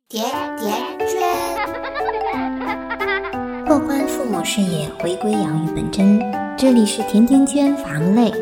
甜甜圈，拓宽父母视野，回归养育本真。这里是甜甜圈房类。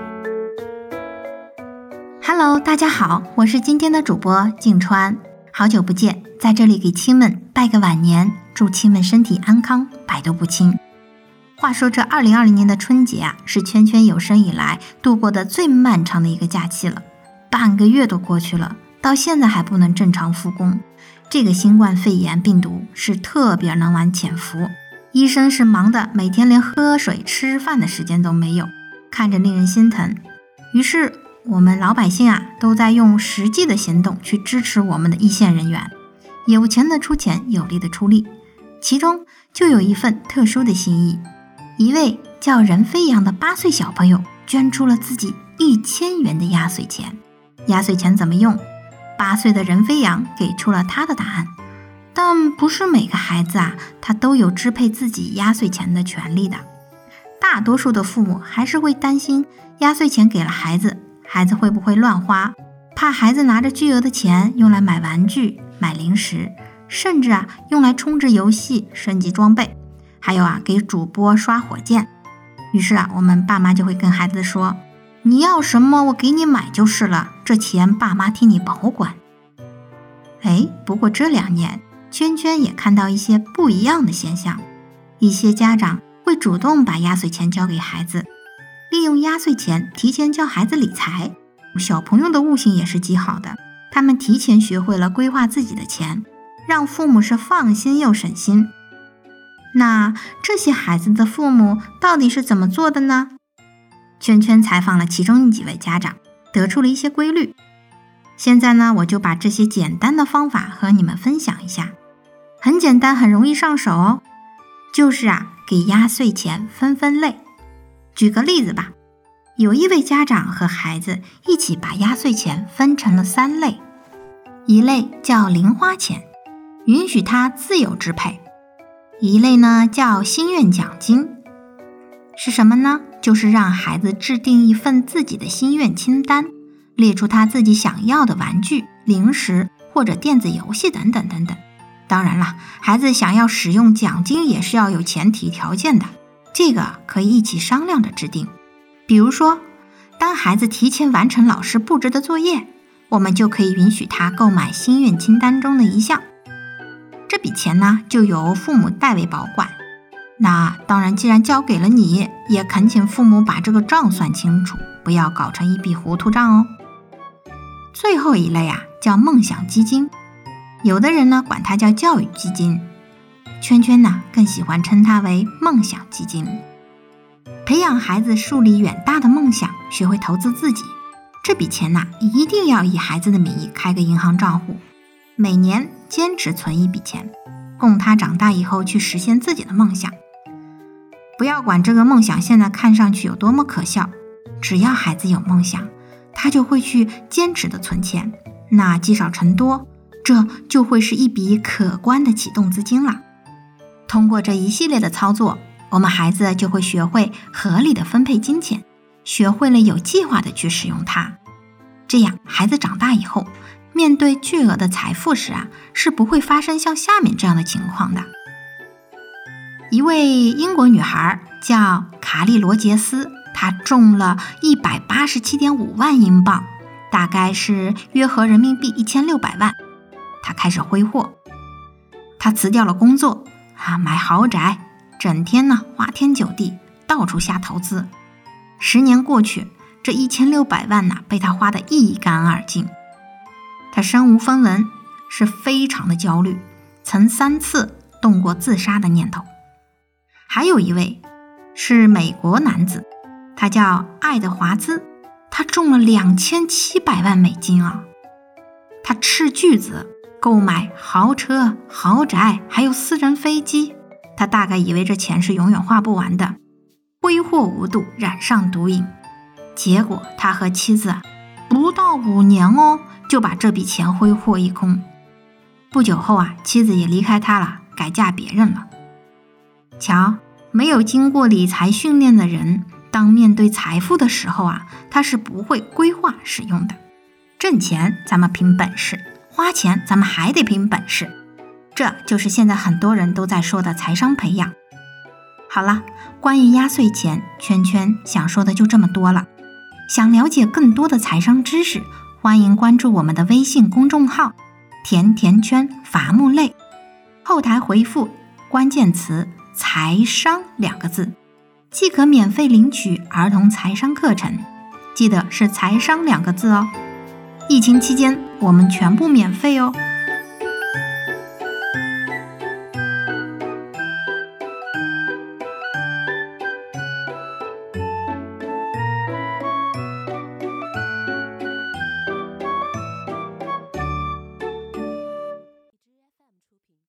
Hello， 大家好，我是今天的主播静川，好久不见，在这里给亲们拜个晚年，祝亲们身体安康，百毒不侵。话说这2020年的春节啊，是圈圈有生以来度过的最漫长的一个假期了，半个月都过去了，到现在还不能正常复工。这个新冠肺炎病毒是特别能玩潜伏，医生是忙得每天连喝水吃饭的时间都没有，看着令人心疼。于是我们老百姓啊，都在用实际的行动去支持我们的一线人员，有钱的出钱，有力的出力。其中就有一份特殊的心意，一位叫任飞扬的8岁小朋友捐出了自己1000元的压岁钱。压岁钱怎么用？8岁的任飞扬给出了他的答案，但不是每个孩子啊，他都有支配自己压岁钱的权利的。大多数的父母还是会担心压岁钱给了孩子，孩子会不会乱花，怕孩子拿着巨额的钱用来买玩具、买零食，甚至啊用来充值游戏、升级装备，还有啊给主播刷火箭。于是啊，我们爸妈就会跟孩子说，你要什么我给你买就是了，这钱爸妈替你保管。不过这2年圈圈也看到一些不一样的现象，一些家长会主动把压岁钱交给孩子，利用压岁钱提前教孩子理财。小朋友的悟性也是极好的，他们提前学会了规划自己的钱，让父母是放心又省心。那这些孩子的父母到底是怎么做的呢？圈圈采访了其中几位家长，得出了一些规律。现在呢，我就把这些简单的方法和你们分享一下，很简单，很容易上手哦。就是给压岁钱分类。举个例子吧，有一位家长和孩子一起把压岁钱分成了3类，一类叫零花钱，允许他自由支配；一类呢叫心愿奖金，是什么呢？就是让孩子制定一份自己的心愿清单，列出他自己想要的玩具、零食或者电子游戏等等等等。当然了，孩子想要使用奖金也是要有前提条件的，这个可以一起商量着制定。比如说，当孩子提前完成老师布置的作业，我们就可以允许他购买心愿清单中的一项，这笔钱呢就由父母代为保管。那当然，既然交给了你，也恳请父母把这个账算清楚，不要搞成一笔糊涂账哦。最后一类叫梦想基金，有的人呢管它叫教育基金，圈圈呢更喜欢称它为梦想基金。培养孩子树立远大的梦想，学会投资自己，这笔钱呢一定要以孩子的名义开个银行账户，每年坚持存一笔钱，供他长大以后去实现自己的梦想。不要管这个梦想现在看上去有多么可笑，只要孩子有梦想，他就会去坚持的存钱，那积少成多，这就会是一笔可观的启动资金了。通过这一系列的操作，我们孩子就会学会合理的分配金钱，学会了有计划的去使用它。这样孩子长大以后，面对巨额的财富时是不会发生像下面这样的情况的。一位英国女孩叫卡利罗杰斯，她中了187.5万英镑，大概是约合人民币1600万。她开始挥霍，她辞掉了工作，买豪宅，整天呢花天酒地，到处瞎投资。10年过去，这1600万被她花得一干二净。她身无分文，是非常的焦虑，曾3次动过自杀的念头。还有一位是美国男子，他叫爱德华兹，他中了2700万美金他斥巨资购买豪车、豪宅，还有私人飞机。他大概以为这钱是永远花不完的，挥霍无度，染上毒瘾。结果他和妻子不到5年就把这笔钱挥霍一空。不久后妻子也离开他了，改嫁别人了。瞧，没有经过理财训练的人，当面对财富的时候他是不会规划使用的。挣钱咱们凭本事， 花钱咱们还得凭本事。这就是现在很多人都在说的财商培养。好了，关于压岁钱，圈圈想说的就这么多了。想了解更多的财商知识，欢迎关注我们的微信公众号甜甜圈伐木累，后台回复关键词财商2个字，即可免费领取儿童财商课程，记得是财商2个字哦。疫情期间我们全部免费哦。